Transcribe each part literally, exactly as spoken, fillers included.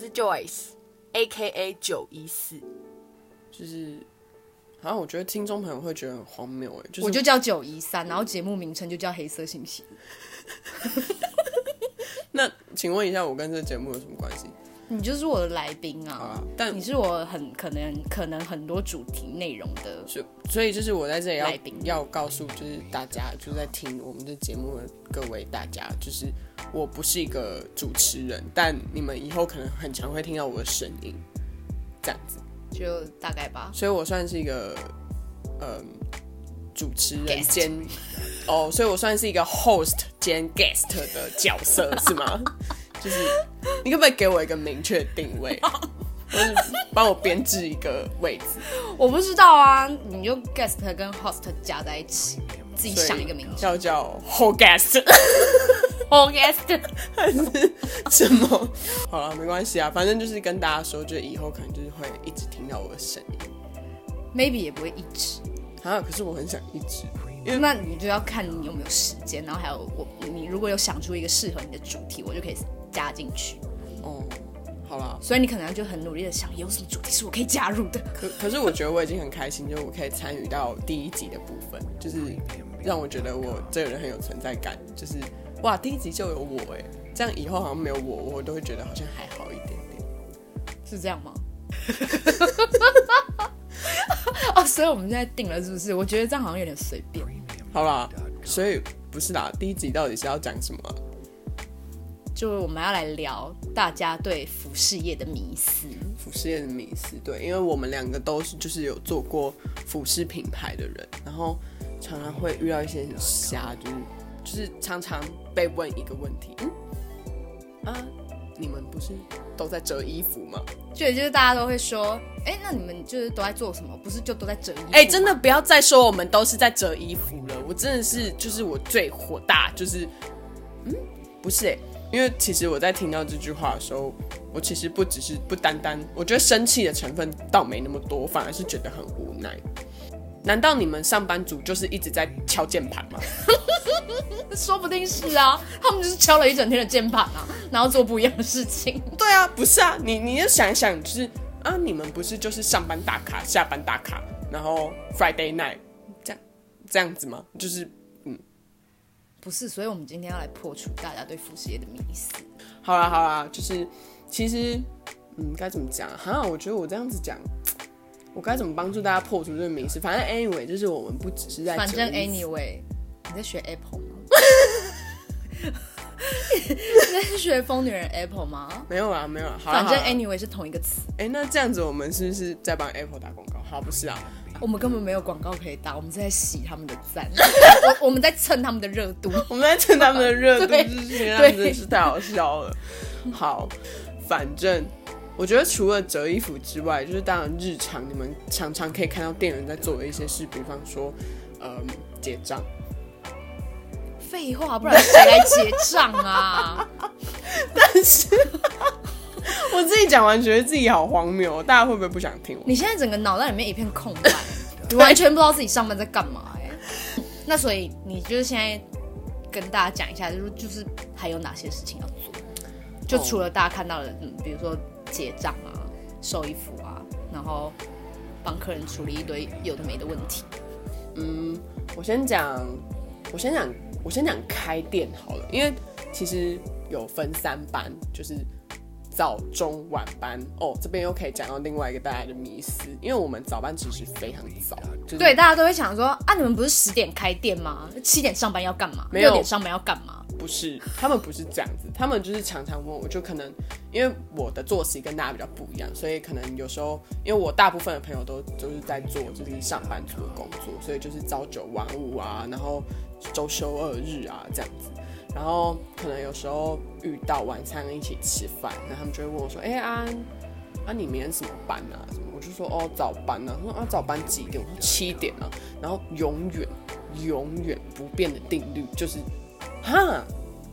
是 Joyce A K A 九一四， 就是好像我觉得听众朋友会觉得很荒谬哎、就是， 我就叫九一三，然后节目名称就叫黑色星期五。 那请问一下，我跟这个节目有什么关系？ 你就是我的来宾啊， 啊但你是我很可能可能很多主题内容的， 所以就是我在这里要来宾要告诉就是大家，就是在听我们的节目的各位大家，就是我不是一个主持人，但你们以后可能很常会听到我的声音，这样子， 就大概吧。 所以我算是一个嗯主持人 Guest 兼哦，所以我算是一个 host 兼 guest 的角色是吗？就是你可不可以给我一个明确的定位，或是帮我编制一个位置？ 我不知道啊，你就 guest 跟 host 加在一起，自己想一个名字。 要叫 whole guest whole guest 还是什么？好了，没关系啊，反正就是跟大家说，就以后可能就是会一直听到我的声音。 maybe 也不会一直啊，可是我很想一直。 那你就要看你有没有时间，然后还有我，你如果有想出一个适合你的主题，我就可以加进去。 哦，好啦， 所以你可能就很努力的想，有什么主题是我可以加入的。 可可是我觉得我已经很开心，就是我可以参与到第一集的部分，就是让我觉得我这个人很有存在感，就是哇，第一集就有我哎，这样以后好像没有我，我都会觉得好像还好一点点， 是这样吗？哦，所以我们现在定了是不是？我觉得这样好像有点随便。 好啦，所以不是啦，第一集到底是要讲什么啊？ 就我们要来聊大家对服饰业的迷思。 服饰业的迷思，对，因为我们两个都是就是有做过服饰品牌的人，然后常常会遇到一些很瞎，就是就是常常被问一个问题，嗯啊，你们不是都在折衣服吗？ 就也就是大家都会说，哎、欸，那你们就是都在做什么？不是就都在折衣服？ 哎、欸，真的不要再说我们都是在折衣服了，我真的是就是我最火大，就是嗯，不是哎、欸，因为其实我在听到这句话的时候，我其实不只是不单单，我觉得生气的成分倒没那么多，反而是觉得很无奈。难道你们上班族就是一直在敲键盘吗？ 说不定是啊，他们就是敲了一整天的键盘啊，然后做不一样的事情。 对啊，不是啊，你你就想一想，就是啊，你们不是就是上班打卡，下班打卡，然后 Friday night 这样这样子吗？就是嗯， 不是，所以我们今天要来破除大家对服饰业的迷思。 好啦好啦，就是其实嗯该怎么讲哈？我觉得我这样子讲。我该怎么帮助大家破除这个迷思？反正 anyway， 就是我们不只是在， 反正 anyway， 你在学 Apple 吗？你在学疯女人 Apple 吗？ 没有啦，没有啦。好啦反正好啦 anyway 是同一个词。 哎、欸，那这样子我们是不是在帮 Apple 打广告？好，不是啊， 我们根本没有广告可以打，我们是在洗他们的赞，我我们在蹭他们的热度， 我们在蹭他们的热度， 对就是他们真的是太好笑了。好，反正。我觉得除了折衣服之外，就是当然日常你们常常可以看到店员在做的一些事，比方说，嗯，结账。 废话，不然谁来结账啊？ 但是我自己讲完，觉得自己好荒谬，大家会不会不想听我？ 你现在整个脑袋里面一片空白，你完全不知道自己上班在干嘛哎、欸。那所以你就是现在跟大家讲一下，就是就是还有哪些事情要做？就除了大家看到的，嗯，比如说。结账啊，收衣服啊，然后帮客人处理一堆有的没的问题。 嗯，我先讲，我先讲，我先讲开店好了，因为其实有分三班，就是早中晚班。哦，这边又可以讲到另外一个大家的迷思，因为我们早班其实非常早，就是、 对，大家都会想说啊，你们不是十点开店吗？七点上班要干嘛？ 没有， 六点上班要干嘛？ 不是，他们不是这样子，他们就是常常问我，就可能因为我的作息跟大家比较不一样，所以可能有时候，因为我大部分的朋友都都是在做就是上班族的工作，所以就是朝九晚五啊，然后周休二日啊这样子，然后可能有时候遇到晚餐一起吃饭，然后他们就会问我说，哎、欸、啊啊你明天什么班啊什么？我就说哦早班啊，他说啊早班几点？我说七点啊，然后永远永远不变的定律就是。哈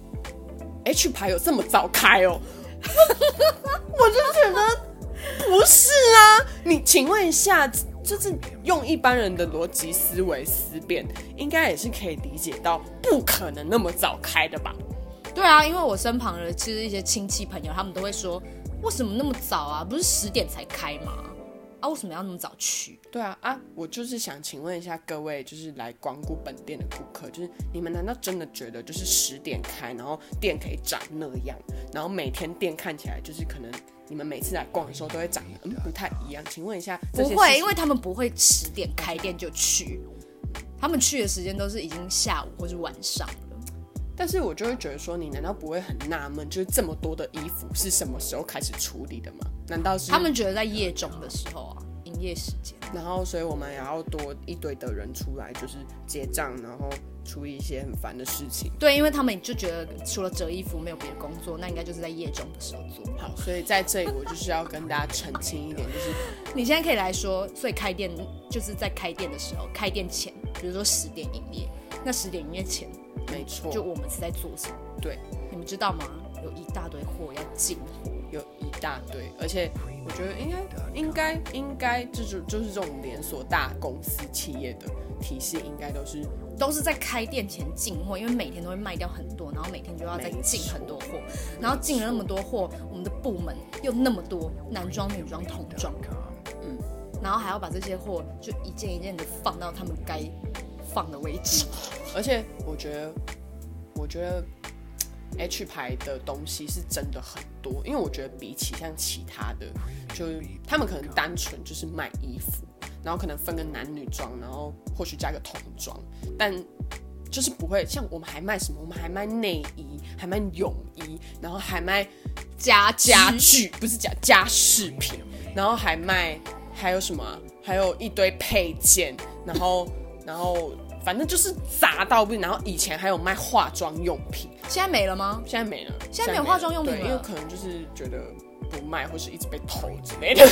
，H 牌有这么早开哦？我就觉得不是啊。你请问一下，就是用一般人的逻辑思维思辨，应该也是可以理解到，不可能那么早开的吧？ 对啊，因为我身旁的其实一些亲戚朋友，他们都会说， 为什么那么早啊？不是十点才开吗？啊，为什么要那么早去？ 对啊啊！我就是想请问一下各位，就是来光顾本店的顾客，就是你们难道真的觉得就是十点开，然后店可以长那样，然后每天店看起来就是可能你们每次来逛的时候都会长得嗯不太一样？请问一下， 不会，因为他们不会十点开店就去，他们去的时间都是已经下午或是晚上了。 但是我就会觉得说，你难道不会很纳闷，就是这么多的衣服是什么时候开始处理的吗？难道是他们觉得在夜中的时候啊，营业时间， 然后所以我们也要多一堆的人出来，就是结账，然后处理一些很烦的事情。 对，因为他们就觉得除了折衣服没有别的工作，那应该就是在夜中的时候做。 好，所以在这里我就是要跟大家澄清一点，就是你现在可以来说，所以开店就是在开店的时候，开店前，比如说十点营业，那十点营业前。 没错， 就我们是在做什么？ 对， 你们知道吗？有一大堆货要进货， 有一大堆，而且我觉得应该应该应该就是就是这种连锁大公司企业的体系，应该都是都是在开店前进货，因为每天都会卖掉很多，然后每天就要再进很多货，然后进了那么多货，我们的部门又那么多，男装、女装、童装，嗯，然后还要把这些货就一件一件的放到他们该放的位置。 而且我觉得，我觉得 H 牌的东西是真的很多，因为我觉得比起像其他的，就是他们可能单纯就是卖衣服，然后可能分个男女装，然后或许加个童装，但就是不会像我们还卖什么，我们还卖内衣，还卖泳衣，然后还卖家家具，不是家家饰品，然后还卖还有什么、啊，还有一堆配件，然后然后。反正就是杂到不行，然后以前还有卖化妆用品， 现在没了吗？ 现在没了， 现在没有化妆用品了， 对，因为可能就是觉得不卖，或是一直被偷之类的，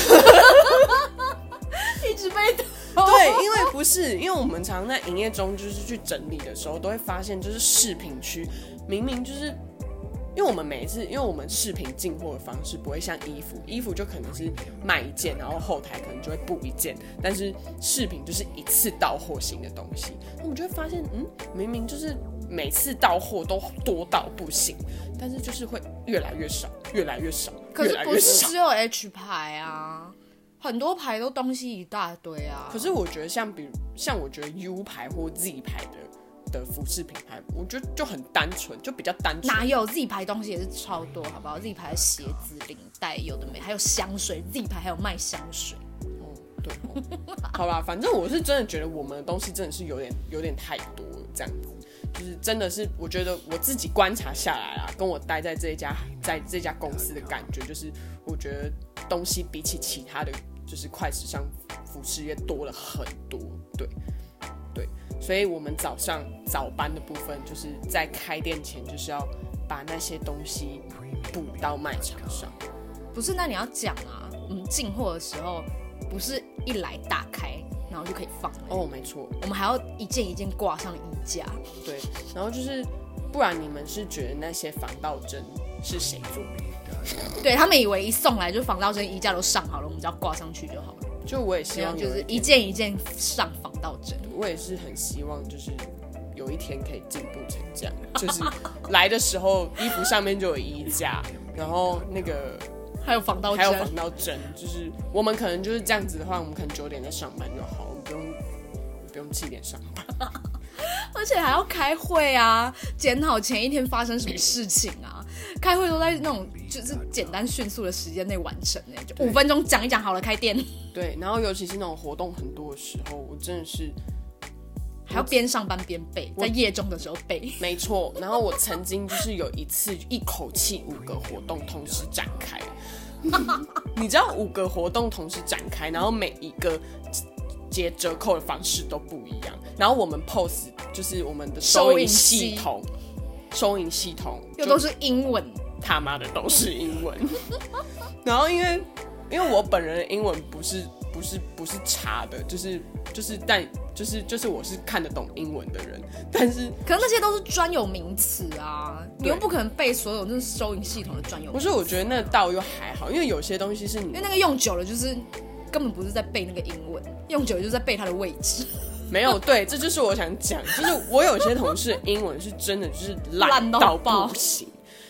一直被偷。 对，因为不是，因为我们常常在营业中就是去整理的时候，都会发现就是饰品区明明就是。因为我们每一次，因为我们饰品进货的方式不会像衣服，衣服就可能是卖一件，然后后台可能就会补一件，但是饰品就是一次到货型的东西，我们就会发现，嗯，明明就是每次到货都多到不行，但是就是会越来越少，越来越少， 可是不是只有 H 牌啊，很多牌都东西一大堆啊。 可是我觉得像比如像我觉得 U 牌或 Z 牌的。的服饰品牌，我觉得就很单纯，就比较单纯。 哪有 Z 牌东西也是超多，好不好 ？Z 牌的鞋子、领带有的没，还有香水 ，Z 牌还有卖香水。 哦，对哦，好吧，反正我是真的觉得我们的东西真的是有点有点太多了，这样子，就是真的是我觉得我自己观察下来啊，跟我待在这一家在这家公司的感觉，就是我觉得东西比起其他的就是快时尚服饰业多了很多，对。对，所以我们早上早班的部分，就是在开店前，就是要把那些东西补到卖场上。 不是，那你要讲啊，我们进货的时候，不是一来打开，然后就可以放。 哦，没错， 我们还要一件一件挂上衣架。 对，然后就是，不然你们是觉得那些防盗针是谁做的？ 对他们以为一送来就防盗针衣架都上好了，我们只要挂上去就好了。 就我也希望就是一件一件上防盗针。 我也是很希望，就是有一天可以进步成这样，就是来的时候衣服上面就有衣架，然后那个还有防盗针， 还有防盗针，就是我们可能就是这样子的话，我们可能九点再上班就好，我们不用不用七点上班。 而且还要开会啊，检讨前一天发生什么事情啊。开会都在那种就是简单迅速的时间内完成，哎，就五分钟讲一讲好了，开店。 对，然后尤其是那种活动很多的时候，我真的是还要边上班边背，在夜中的时候背。 没错，然后我曾经就是有一次一口气五个活动同时展开，你知道五个活动同时展开，然后每一个结折扣的方式都不一样，然后我们 P O S 就是我们的收银系统，收银系统又都是英文， 他妈的都是英文。然后因为因为我本人的英文不是不是不是差的，就是就是但就是就是我是看得懂英文的人，但是可是那些都是专有名词啊，你又不可能背所有那收银系统的专有名词。 不是，我觉得那倒又还好，因为有些东西是你， 因为那个用久了就是根本不是在背那个英文，用久了就是在背它的位置。 没有，对，这就是我想讲，就是我有些同事的英文是真的就是烂到不行，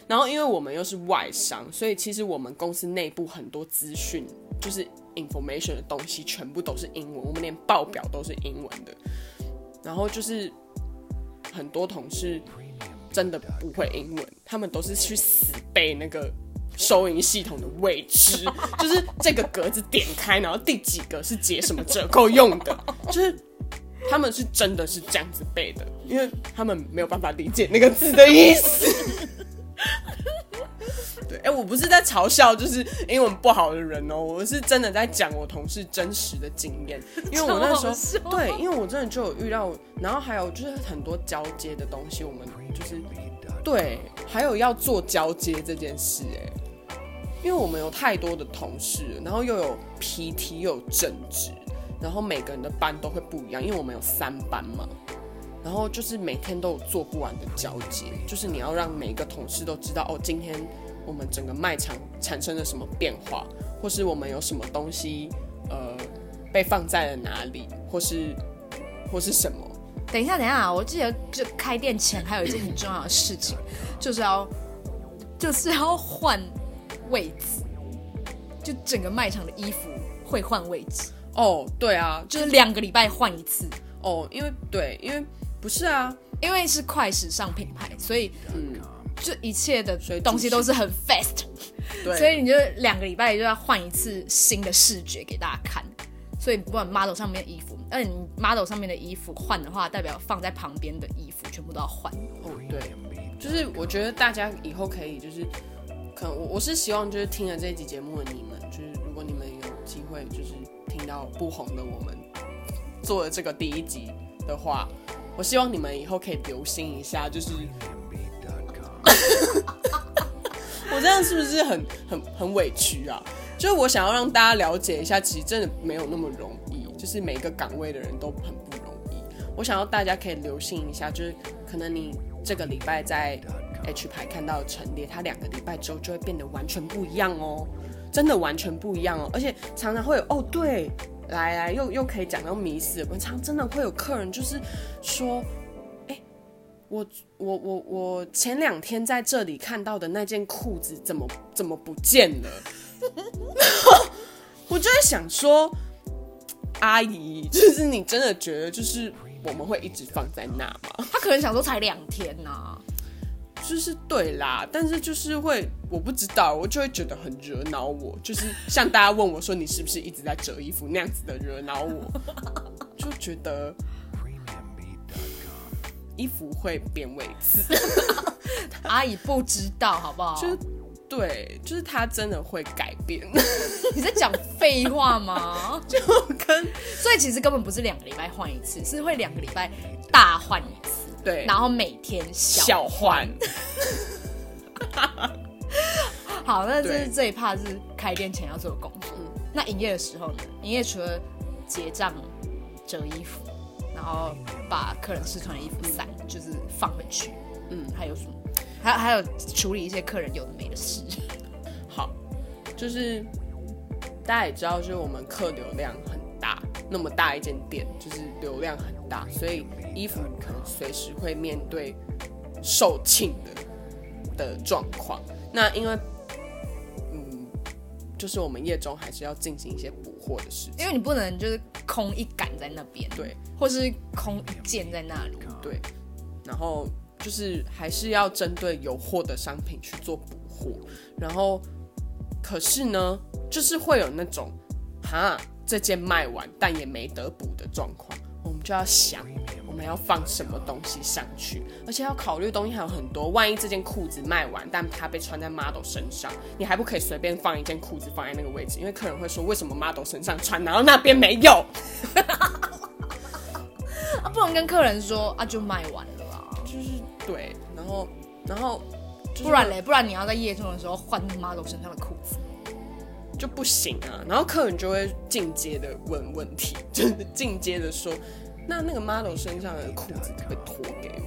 然后因为我们又是外商，所以其实我们公司内部很多资讯就是 information 的东西全部都是英文，我们连报表都是英文的。然后就是很多同事真的不会英文，他们都是去死背那个收银系统的位置，就是这个格子点开，然后第几个是解什么折扣用的，就是他们是真的是这样子背的，因为他们没有办法理解那个字的意思。对，哎、欸，我不是在嘲笑就是英文不好的人哦，我是真的在讲我同事真实的经验，因为我那时候对，因为我真的就有遇到，然后还有就是很多交接的东西，我们就是对，还有要做交接这件事、欸，哎，因为我们有太多的同事，然后又有 P T 又有正职，然后每个人的班都会不一样，因为我们有三班嘛。然后就是每天都有做不完的交接，就是你要让每一个同事都知道哦，今天我们整个卖场产生了什么变化，或是我们有什么东西呃被放在了哪里，或是或是什么。 等一下，等一下，我记得就开店前还有一件很重要的事情，就是要就是要换位置，就整个卖场的衣服会换位置。 哦，对啊， 就是两个礼拜换一次。 哦，因为对，因为不是啊， 因为是快时尚品牌，所以嗯，就一切的东西都是很 fast， 对，所以你就两个礼拜就要换一次新的视觉给大家看。所以不管 model 上面的衣服，而且你 model 上面的衣服换的话，代表放在旁边的衣服全部都要换。 哦，对，就是我觉得大家以后可以就是，可能我我是希望就是听了这一集节目的你们，就是如果你们有机会就是听到不红的我们做了这个第一集的话，我希望你们以后可以留心一下，就是我这样是不是很很很委屈啊？就是我想要让大家了解一下，其实真的没有那么容易，就是每一个岗位的人都很不容易。我想要大家可以留心一下，就是可能你这个礼拜在 H 牌看到的陈列，它两个礼拜之后就会变得完全不一样哦，真的完全不一样哦，而且常常会有哦，对。来来，又又可以讲到迷思的，常真的会有客人就是说，哎、欸，我我我我前两天在这里看到的那件裤子怎么怎么不见了？我就在想说，阿姨，就是你真的觉得就是我们会一直放在那吗？ 他可能想说才两天呐、啊。 就是对啦，但是就是会，我不知道，我就会觉得很惹恼我，就是像大家问我说你是不是一直在折衣服那样子的惹恼我，就觉得衣服会变位置， 阿姨不知道好不好？ 就对，就是她真的会改变。 你在讲废话吗？ 就跟所以其实根本不是两个礼拜换一次，是会两个礼拜大换一次。 对， 然后每天小换。 好，那这是这一 part 是开店前要做的工作。嗯、那营业的时候呢？营业除了结账、折衣服，然后把客人试穿的衣服散，嗯、就是放回去。嗯，还有什么？还还有处理一些客人有的没的事。 好，就是大家也知道，就是我们客流量很大，那么大一间店，就是流量很大，所以衣服可能随时会面对售罄的的状况。那因为，嗯，就是我们业中还是要进行一些补货的事情， 因为你不能就是空一杆在那边， 对， 或是空一件在那里， 对，然后就是还是要针对有货的商品去做补货，然后可是呢，就是会有那种哈。这件卖完但也没得补的状况，我们就要想我们要放什么东西上去，而且要考虑的东西还有很多。万一这件裤子卖完，但它被穿在 model 身上，你还不可以随便放一件裤子放在那个位置，因为客人会说为什么 model 身上穿，然后那边没有。 啊，不能跟客人说啊，就卖完了啊。 就是对，然后然后、就是、 不然嘞，不然你要在夜中的时候换 model 身上的裤子。 就不行啊，然后客人就会进阶的问问题，就是进阶的说，那那个 model 身上的裤子可不可以脱给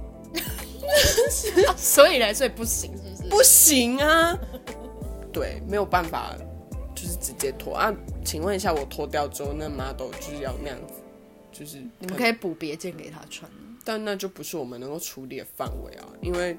我？ 啊、所以嘞，所以不行，是不是？ 不行啊，对，没有办法，就是直接脱啊。请问一下，我脱掉之后，那 model 就是要那样子，就是你们可以补别件给他穿， 但那就不是我们能够处理的范围啊，因为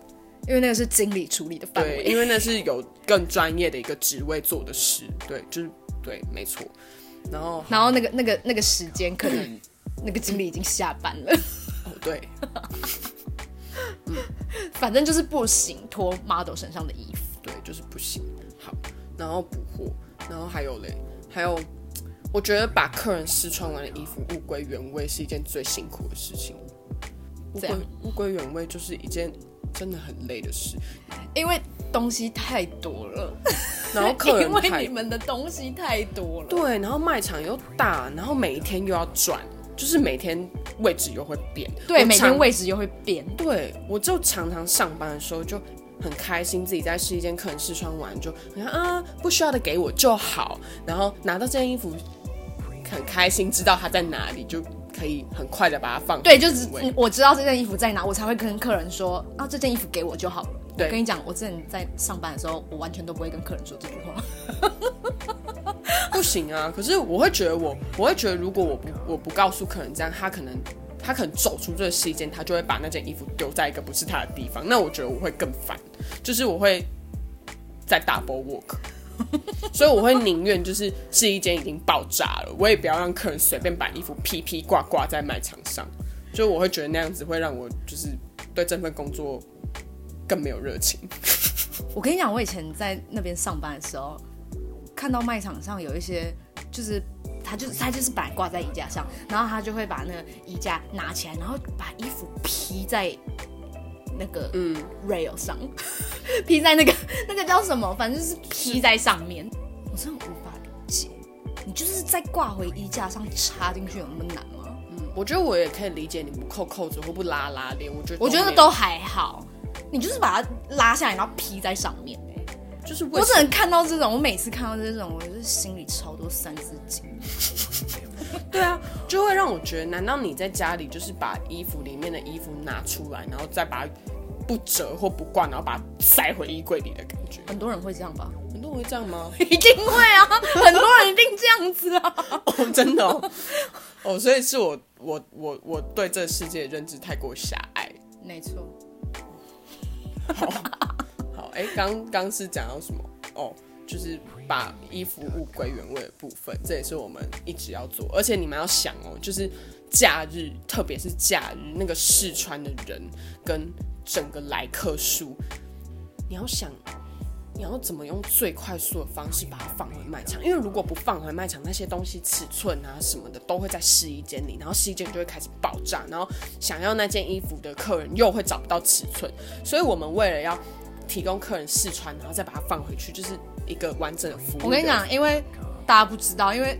因为那个是经理处理的范围， 对，因为那是有更专业的一个职位做的事，对，就是对，没错。然后， 然后那个那个那个时间，可能那个经理已经下班了。 哦，对， 嗯，反正就是不行脱 model 身上的衣服， 对，就是不行。好，然后补货，然后还有嘞，还有，我觉得把客人试穿完的衣服物归原位是一件最辛苦的事情。物归物归原位就是一件真的很累的事， 因为东西太多了， 然后客人太因为你们的东西太多了， 对，然后卖场又大，然后每一天又要转，就是每天位置又会变， 对，每天位置又会变。 对，我就常常上班的时候就很开心，自己在试衣间客人试穿完就你看啊，不需要的给我就好，然后拿到这件衣服很开心，知道它在哪里就。可以很快的把它放回对，就是我知道这件衣服在哪，我才会跟客人说啊，这件衣服给我就好了。 对， 我跟你讲，我之前在上班的时候，我完全都不会跟客人说这句话。 不行啊！可是我会觉得我，我会觉得如果我不我不告诉客人这样，他可能他可能走出这个试衣间，他就会把那件衣服丢在一个不是他的地方。那我觉得我会更烦，就是我会在 double work。所以我会宁愿就是试衣间已经爆炸了，我也不要让客人随便把衣服披披挂挂在卖场上，就我会觉得那样子会让我就是对这份工作更没有热情。 我跟你讲，我以前在那边上班的时候，看到卖场上有一些就是他就是他就是把挂在衣架上，然后他就会把那个衣架拿起来，然后把衣服披在那个 rail 上，嗯、披在那个那个叫什么，反正就是披在上面。我真的无法理解，你就是再挂回衣架上插进去有那么难吗？ 嗯，我觉得我也可以理解你不扣扣子或不拉拉链，我觉得我觉得都还好，你就是把它拉下来，然后披在上面、欸。 就是我只能看到这种，我每次看到这种，我就是心里超多三字经。 对啊，就会让我觉得，难道你在家里就是把衣服里面的衣服拿出来，然后再把它不折或不挂，然后把它塞回衣柜里的感觉？ 很多人会这样吧？ 很多人会这样吗？ 一定会啊，很多人一定这样子啊。 哦，真的哦，哦，所以是我我我我对这个世界的认知太过狭隘。 没错。 好，好，哎，刚刚是讲到什么？哦。就是把衣服物归原位的部分，这也是我们一直要做。而且你们要想哦，就是假日，特别是假日，那个试穿的人跟整个来客数，你要想，你要怎么用最快速的方式把它放回卖场？因为如果不放回卖场，那些东西尺寸啊什么的都会在试衣间里，然后试衣间就会开始爆炸，然后想要那件衣服的客人又会找不到尺寸，所以我们为了要提供客人试穿，然后再把它放回去，就是一个完整的服务。 我跟你讲，因为大家不知道，因为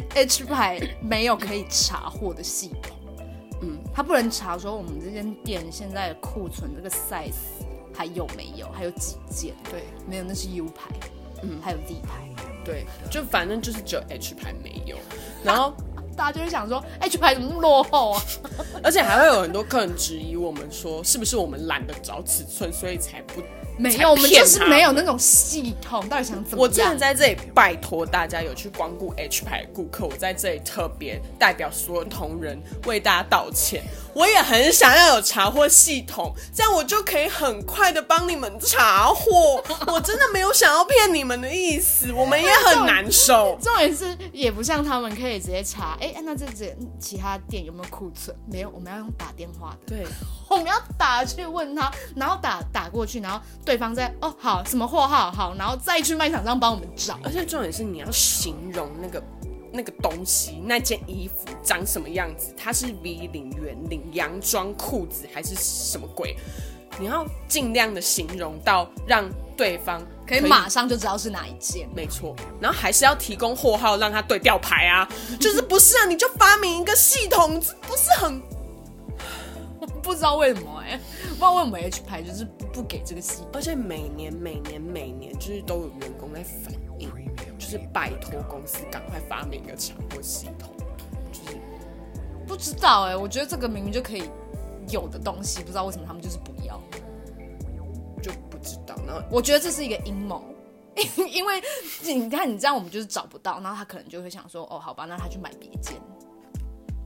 H 牌没有可以查货的系统，嗯，他不能查说我们这间店现在的库存这个 size 还有没有，还有几件， 对， 没有，那是 U 牌，嗯，还有 Z 牌， 对，就反正就是只有 H 牌没有，然后大家就会想说 H 牌怎么那么落后啊？ 而且还会有很多客人质疑我们说，是不是我们懒得找尺寸，所以才不。 没有，我们就是没有那种系统，到底想怎么样？ 我真的在这里拜托大家有去光顾 H 牌的顾客，我在这里特别代表所有同仁为大家道歉。我也很想要有查货系统，这样我就可以很快的帮你们查货。我真的没有想要骗你们的意思，我们也很难受。 重点是也不像他们可以直接查，哎，那这这其他店有没有库存？没有，我们要用打电话的。 对， 我们要打去问他，然后打打过去，然后对方再哦好什么货号好，然后再去卖场上帮我们找。 而且重点是你要形容那个那个东西，那件衣服长什么样子，它是 V 领、圆领、洋装、裤子还是什么鬼？你要尽量的形容到让对方可以马上就知道是哪一件。 没错，然后还是要提供货号让他对调牌啊，就是不是啊？你就发明一个系统，不是很？ 不知道为什么哎、欸，不知道为什么 H 牌就是不给这个系统， 而且每年每年每年就是都有员工在反映，就是拜托公司赶快发明一个查货系统，就是不知道哎、欸，我觉得这个明明就可以有的东西，不知道为什么他们就是不要， 就不知道。然后我觉得这是一个阴谋。因为你看，你这样我们就是找不到，然后他可能就会想说，哦，好吧，那他去买别件。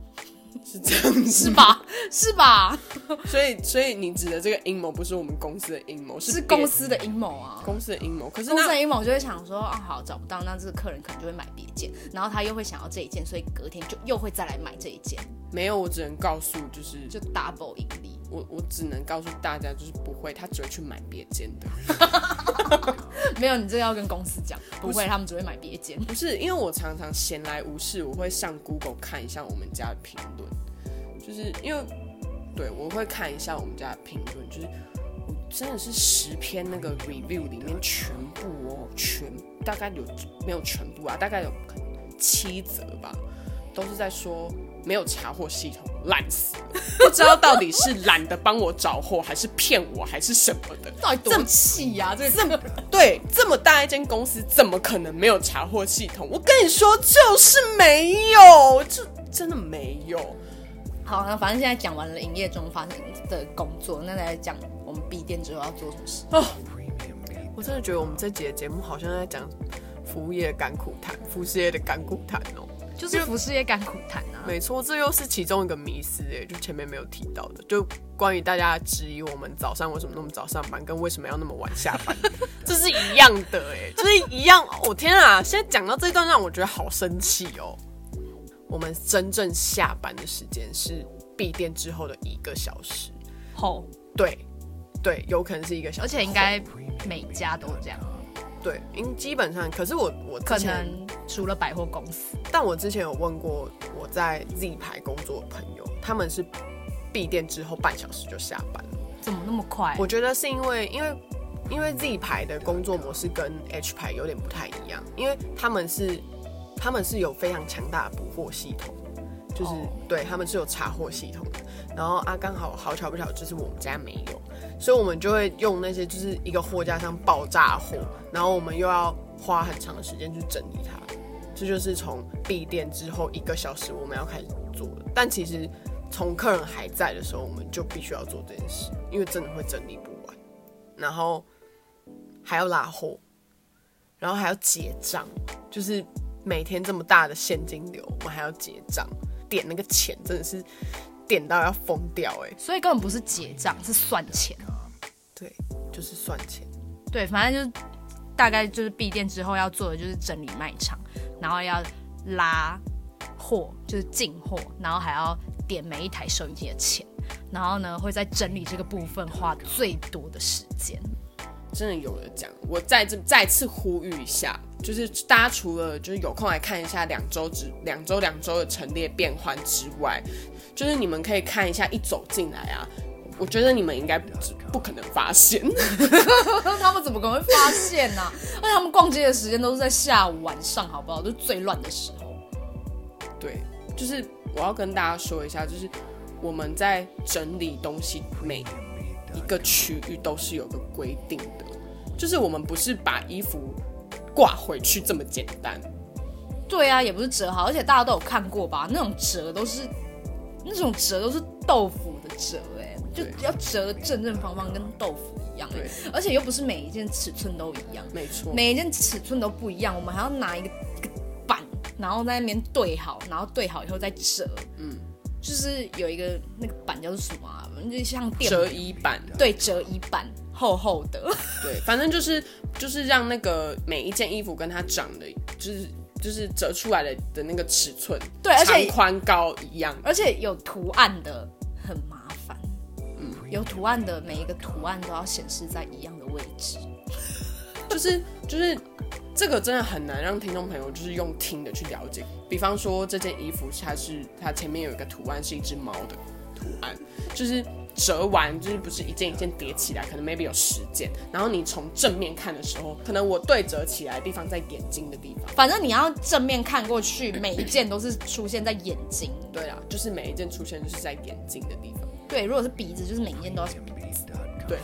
是这样子是吧？是吧？ 所以，所以你指的这个阴谋不是我们公司的阴谋，是是公司的阴谋啊。 公司的阴谋，可是公司的那阴谋就会想说啊，好找不到，那这个客人可能就会买别件，然后他又会想要这一件，所以隔天就又会再来买这一件。 没有，我只能告诉就是就 double 盈利。 我我只能告诉大家，就是不会，他只会去买别件的。 没有，你这个要跟公司讲，不会，他们只会买别件。 不是，因为我常常闲来无事，我会上 Google 看一下我们家的评论，就是因为对我会看一下我们家的评论，就是我真的是十篇那个 review 里面全部哦，全大概有没有全部啊？大概有七则吧，都是在说没有查货系统，烂死了，不知道到底是懒得帮我找货，还是骗我，还是什么的。 到底多气呀、啊？这这么对这么大一间公司，怎么可能没有查货系统？我跟你说，就是没有，就真的没有。 好，那反正现在讲完了营业中发生的工作，那来讲我们闭店之后要做什么事。 哦，我真的觉得我们这集的节目好像在讲服务业的甘苦谈，服饰业的甘苦谈哦。 就是服饰业甘苦谈啊， 没错，这又是其中一个迷思哎，就前面没有提到的，就关于大家质疑我们早上为什么那么早上班，跟为什么要那么晚下班，这是一样的哎，就是一样。我、哦、天啊，现在讲到这段让我觉得好生气哦。我们真正下班的时间是闭店之后的一个小时后， 对对，有可能是一个小时， 而且应该每家都这样。 对，因基本上，可是我我可能除了百货公司， 但我之前有问过我在 Z 牌工作的朋友，他们是闭店之后半小时就下班了。 怎么那么快？ 我觉得是因为因为因为 Z 牌的工作模式跟 H 牌有点不太一样，因为他们是他们是有非常强大的补货系统，就是、oh. 对他们是有查货系统的。然后啊，刚好好巧不巧，就是我们家没有，所以我们就会用那些就是一个货架上爆炸货，然后我们又要花很长的时间去整理它。这就是从闭店之后一个小时我们要开始做的。但其实从客人还在的时候，我们就必须要做这件事，因为真的会整理不完，然后还要拉货，然后还要结账，就是每天这么大的现金流，我们还要结账，点那个钱真的是。点到要疯掉哎、欸， 所以根本不是结账，是算钱。 对，就是算钱。 对，反正就是大概就是闭店之后要做的就是整理卖场，然后要拉货，就是进货，然后还要点每一台收银机的钱，然后呢会在整理这个部分花最多的时间。 真的有的讲，我再再次呼吁一下，就是大家除了就是有空来看一下两周之两周两周的陈列变换之外，就是你们可以看一下一走进来啊，我觉得你们应该 不, 不可能发现， 他们怎么可能会发现呢、啊？而且他们逛街的时间都是在下午晚上，好不好？都是最乱的时候。 对，就是我要跟大家说一下，就是我们在整理东西每一个区域都是有个规定的，就是我们不是把衣服挂回去这么简单。 对啊，也不是折好，而且大家都有看过吧？那种折都是那种折都是豆腐的折、欸，哎，就要折的正正方方，跟豆腐一样、欸。对，而且又不是每一件尺寸都一样， 没错， 每一件尺寸都不一样，我们还要拿一个一个板，然后在那边对好，然后对好以后再折。嗯。就是有一个那个板叫做什么啊？就像垫折衣板， 对，折衣板，厚厚的。 对，反正就是就是让那个每一件衣服跟它长的，就是就是折出来的的那个尺寸， 对，而且长宽高一样， 而且有图案的很麻烦。嗯，有图案的每一个图案都要显示在一样的位置。 就是就是这个真的很难让听众朋友就是用听的去了解。比方说这件衣服它是它前面有一个图案是一只猫的图案，就是折完就是不是一件一件叠起来，可能 maybe 有十件，然后你从正面看的时候，可能我对折起来的地方在眼睛的地方， 反正你要正面看过去，每一件都是出现在眼睛。 对啊，就是每一件出现就是在眼睛的地方。 对，如果是鼻子，就是每一件都要是鼻子。 对，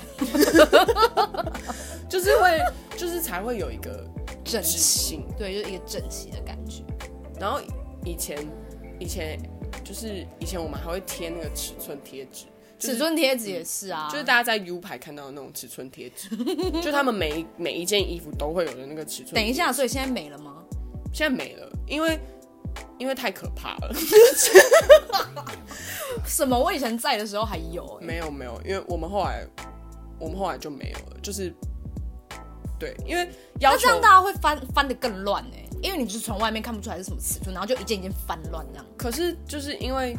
就是会，就是才会有一个整齐，对，就是一个整齐的感觉。 然后以前，以前就是以前我们还会贴那个尺寸贴纸，就是、 尺寸贴纸也是啊， 就是大家在 U 牌看到的那种尺寸贴纸，就他们每一每一件衣服都会有的那个尺寸。 等一下，所以现在没了吗？ 现在没了，因为因为太可怕了。 什么？我以前在的时候还有、欸， 没有没有，因为我们后来我们后来就没有了，就是对，因为要求那这样大家会翻翻得更乱哎、欸，因为你就是从外面看不出来是什么尺寸，然后就一件一件翻乱这样。 可是就是因为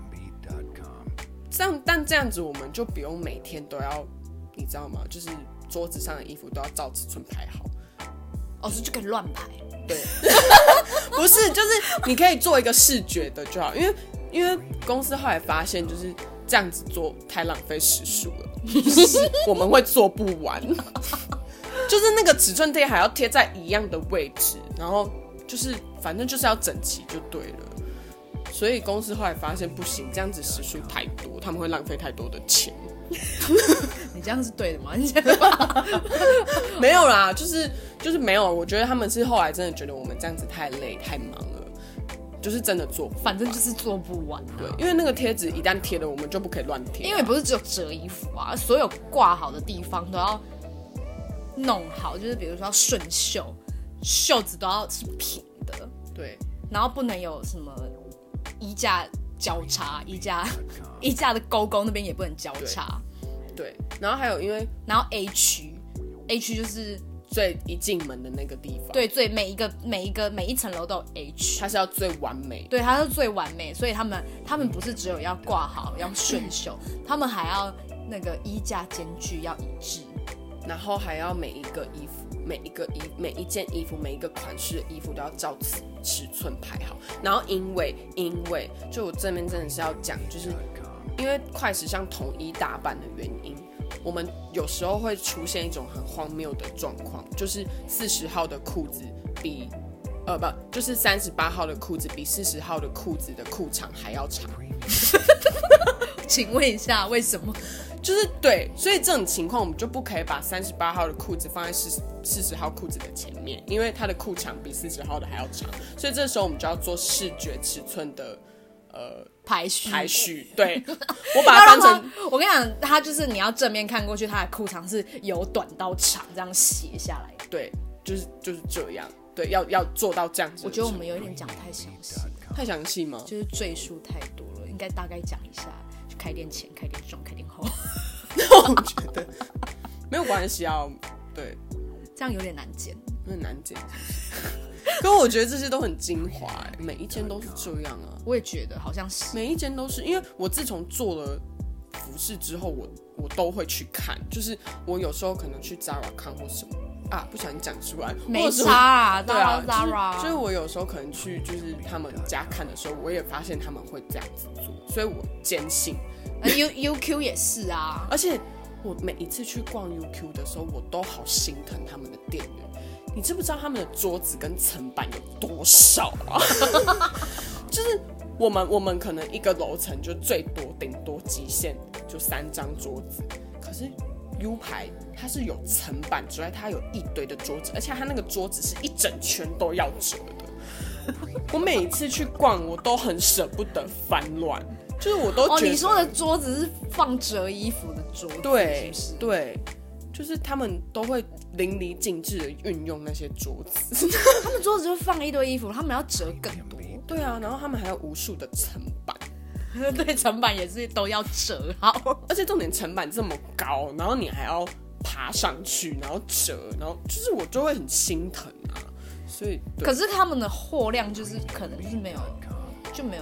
这样，但这样子我们就不用每天都要，你知道吗？就是桌子上的衣服都要照尺寸排好。 哦，所以就可以乱排。 对，不是，就是你可以做一个视觉的就好，因为因为公司后来发现就是这样子做太浪费时数了，就是我们会做不完，就是那个尺寸贴还要贴在一样的位置，然后就是反正就是要整齐就对了，所以公司后来发现不行，这样子时数太多，他们会浪费太多的钱。 你这样是对的吗？ 没有啦，就是就是没有。我觉得他们是后来真的觉得我们这样子太累太忙了，就是真的做不完， 反正就是做不完、啊。 对，因为那个贴纸一旦贴了，我们就不可以乱贴、啊。 因为不是只有折衣服啊，所有挂好的地方都要弄好，就是比如说要顺袖，袖子都要是平的， 对， 然后不能有什么衣架交叉，衣架衣架的勾勾那边也不能交叉。 对，然后还有因为然后 A 区 ，A 区就是最一进门的那个地方， 对，最每一个每一个每一层楼都有 A 区， 它是要最完美， 对，它是最完美，所以他们他们不是只有要挂好要顺袖，他们还要那个衣架间距要一致， 然后还要每一个衣服、每一个衣、每一件衣服、每一个款式的衣服都要照尺尺寸排好。然后因为因为就我这边真的是要讲，就是因为快时尚统一打扮的原因，我们有时候会出现一种很荒谬的状况，就是四十号的裤子比呃不就是三十八号的裤子比四十号的裤子的裤长还要长。 请问一下为什么？ 就是对，所以这种情况我们就不可以把三十八号的裤子放在四十号裤子的前面，因为它的裤长比四十号的还要长，所以这时候我们就要做视觉尺寸的呃排序排序。对，我把它翻成， 我跟你讲，它就是你要正面看过去，它的裤长是由短到长这样斜下来的。 对，就是就是这样，对，要要做到这样子。 我觉得我们有一点讲太详细， 太详细吗？ 就是赘述太多了，应该大概讲一下。开店前、开店中、开店后， 我觉得没有关系啊，对， 这样有点难剪， 有点难剪。可我觉得这些都很精华、欸，每一间都是这样啊。 我也觉得好像是， 每一间都是，因为我自从做了服饰之后，我我都会去看，就是我有时候可能去 Zara 看或什么啊，不小心讲出来， 没差啊， 对啊 ，Zara， 就是、就是我有时候可能去就是他们家看的时候，我也发现他们会这样子做，所以我坚信。 U U Q 也是啊， 而且我每一次去逛 U Q 的时候，我都好心疼他们的店员。你知不知道他们的桌子跟层板有多少啊？就是我们我们可能一个楼层就最多顶多极限就三张桌子，可是 U 牌它是有层板之外，它有一堆的桌子，而且它那个桌子是一整圈都要折的。我每一次去逛，我都很舍不得翻乱。就是我都觉得， 哦，你说的桌子是放折衣服的桌子， 对， 是不是？ 对，就是他们都会淋漓尽致的运用那些桌子。 他们桌子就放一堆衣服，他们要折更多。 对啊，然后他们还有无数的层板， 对，层板也是都要折好。 而且重点层板这么高，然后你还要爬上去，然后折，然后就是我就会很心疼啊。所以， 可是他们的货量就是可能就是没有，就没有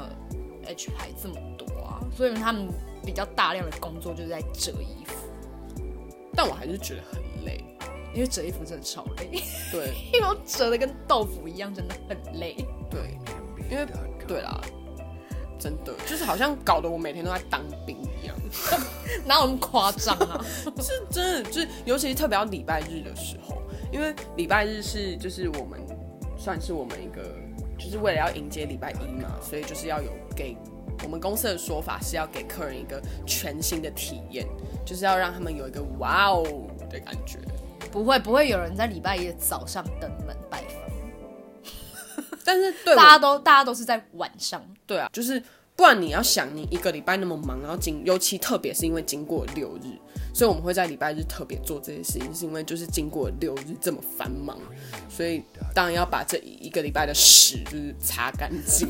H 牌这么多啊，所以他们比较大量的工作就是在折衣服。 但我还是觉得很累， 因为折衣服真的超累。 对， 因为我折的跟豆腐一样，真的很累。 对，因为对啦，真的就是好像搞得我每天都在当兵一样。 哪有那么夸张啊？ 是真的，就是尤其是特别要礼拜日的时候，因为礼拜日是就是我们算是我们一个，就是为了要迎接礼拜一嘛，所以就是要有给我们公司的说法是要给客人一个全新的体验，就是要让他们有一个哇哦的感觉。 不会，不会有人在礼拜一的早上登门拜访， 但是对大家都大家都是在晚上。 对啊，就是不然你要想，你一个礼拜那么忙，然后经尤其特别是因为经过六日， 所以我们会在礼拜日特别做这些事情，是因为就是经过六日这么繁忙，所以当然要把这一个礼拜的屎就是擦干净。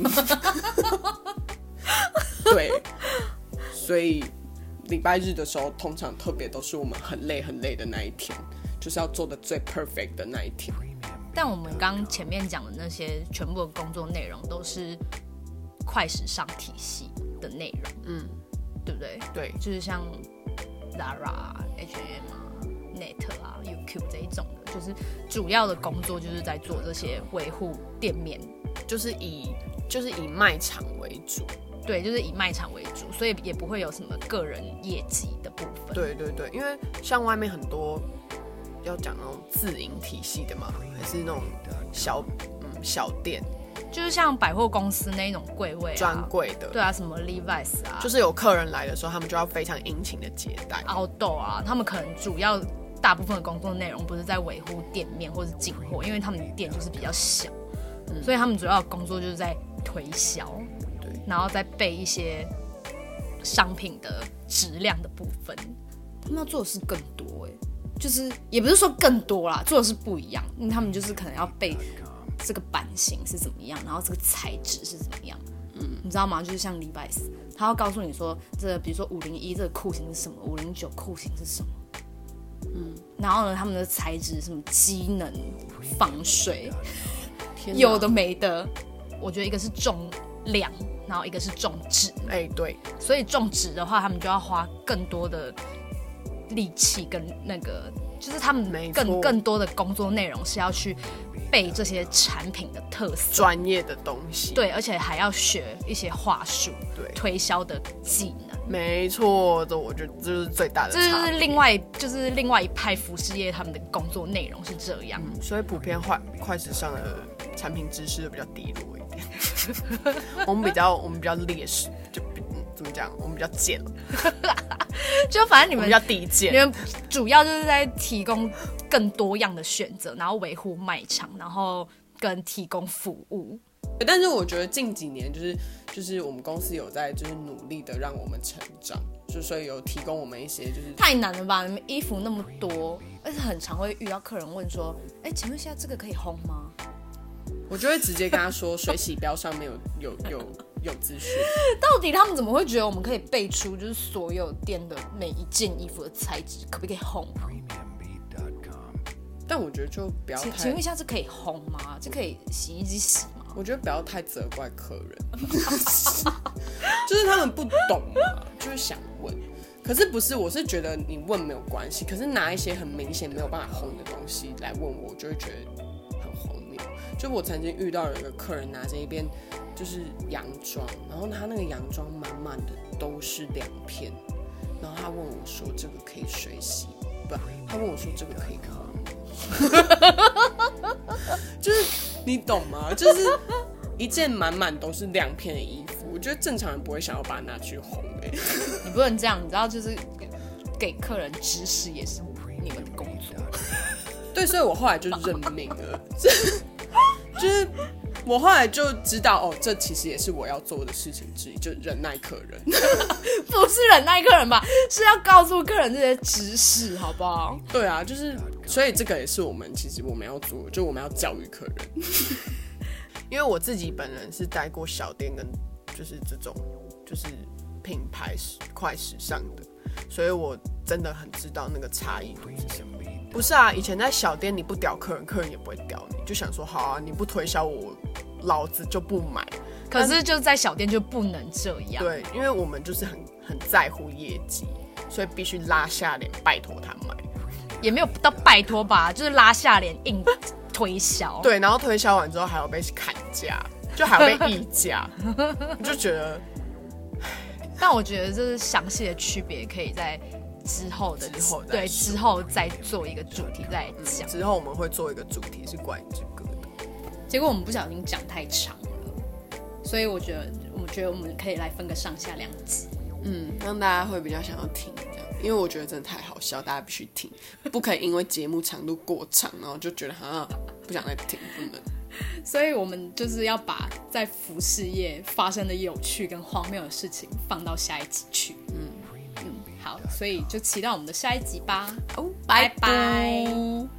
对，所以礼拜日的时候，通常特别都是我们很累很累的那一天，就是要做的最 perfect 的那一天。 但我们刚前面讲的那些全部的工作内容都是快时尚体系的内容，嗯，对不对？ 对， 就是像 Zara、H and M 啊、Net 啊、U Q 这一种的，就是主要的工作就是在做这些维护店面， 就是以就是以卖场为主。 对，就是以卖场为主，所以也不会有什么个人业绩的部分。 对对对，因为像外面很多要讲那种自营体系的嘛，还是那种小嗯小店， 就是像百货公司那种柜位啊， 专柜的， 对啊，什么 Levi's 啊， 就是有客人来的时候，他们就要非常殷勤的接待。 Outdoor 啊，他们可能主要大部分的工作内容不是在维护店面或是进货，因为他们的店就是比较小，嗯、所以他们主要的工作就是在推销。然后再备一些商品的质量的部分，他们要做的是更多哎，就是也不是说更多啦，做的是不一样，因为他们就是可能要备这个版型是怎么样，然后这个材质是怎么样，嗯，你知道吗？就是像 Levi's， 他要告诉你说，这个比如说五零一这个裤型是什么，五零九裤型是什么，嗯，然后呢，他们的材质什么机能、防水，有的没的，我觉得一个是重量。然后一个是重质， 哎、欸，对， 所以重质的话，他们就要花更多的力气跟那个，就是他们更更多的工作内容是要去背这些产品的特色、 专业的东西， 对，而且还要学一些话术， 对， 推销的技能， 没错，这我觉得这就是最大的差别， 这就是另外就是另外一派服饰业他们的工作内容是这样， 嗯、所以普遍快快时尚的产品知识比较低落一点。我们比较我们比较劣势，就、嗯、怎么讲？我们比较贱， 就反正你们比较低贱， 你们主要就是在提供更多样的选择，然后维护卖场，然后跟提供服务。 但是我觉得近几年就是就是我们公司有在就是努力的让我们成长，就所以有提供我们一些就是太难了吧？你们衣服那么多，而且很常会遇到客人问说：“哎，请问一下这个可以烘吗？” 我就会直接跟他说，水洗标上面有有有有资讯。 到底他们怎么会觉得我们可以背出就是所有店的每一件衣服的材质可不可以烘？ 但我觉得就不要太。 请问一下，这可以烘吗？这可以洗衣机洗吗？ 我觉得不要太责怪客人，就是他们不懂嘛，就是想问。可是不是，我是觉得你问没有关系，可是拿一些很明显没有办法烘的东西来问我，我就会觉得很荒谬。就我曾经遇到有一个客人拿着一边就是洋装，然后他那个洋装满满的都是亮片，然后他问我说这个可以水洗，不，他问我说这个可以烘，就是你懂吗？就是一件满满都是亮片的衣服，我觉得正常人不会想要把它拿去烘欸。 你不能这样，你知道，就是给客人知识也是你们的工作。 对，所以我后来就认命了。就是我后来就知道，哦，这其实也是我要做的事情之一，就是忍耐客人。 不是忍耐客人吧，是要告诉客人这些知识，好不好？ 对啊，就是所以这个也是我们其实我们要做的，就我们要教育客人。因为我自己本人是待过小店跟就是这种就是品牌快时尚的，所以我真的很知道那个差异度是什么。不是啊，以前在小店你不屌客人，客人也不会屌你，就想说好啊，你不推销我，老子就不买。 可是就在小店就不能这样。 对，因为我们就是很很在乎业绩，所以必须拉下脸拜托他买。 也没有到拜托吧，就是拉下脸硬推销。 对，然后推销完之后还要被砍价，就还要被议价，就觉得。 但我觉得这是详细的区别，可以在之后的之后对之后再做一个主题再讲、嗯。 之后我们会做一个主题是关于这个的。 结果我们不小心讲太长了，所以我觉得，我觉得我们可以来分个上下两集， 嗯，让大家会比较想要听这样，因为我觉得真的太好笑，大家必须听，不可以因为节目长度过长，然后就觉得好像不想再听，不能。 所以我们就是要把在服饰业发生的有趣跟荒谬的事情放到下一集去。嗯嗯， 好，所以就期待我们的下一集吧。 哦， 拜拜拜拜。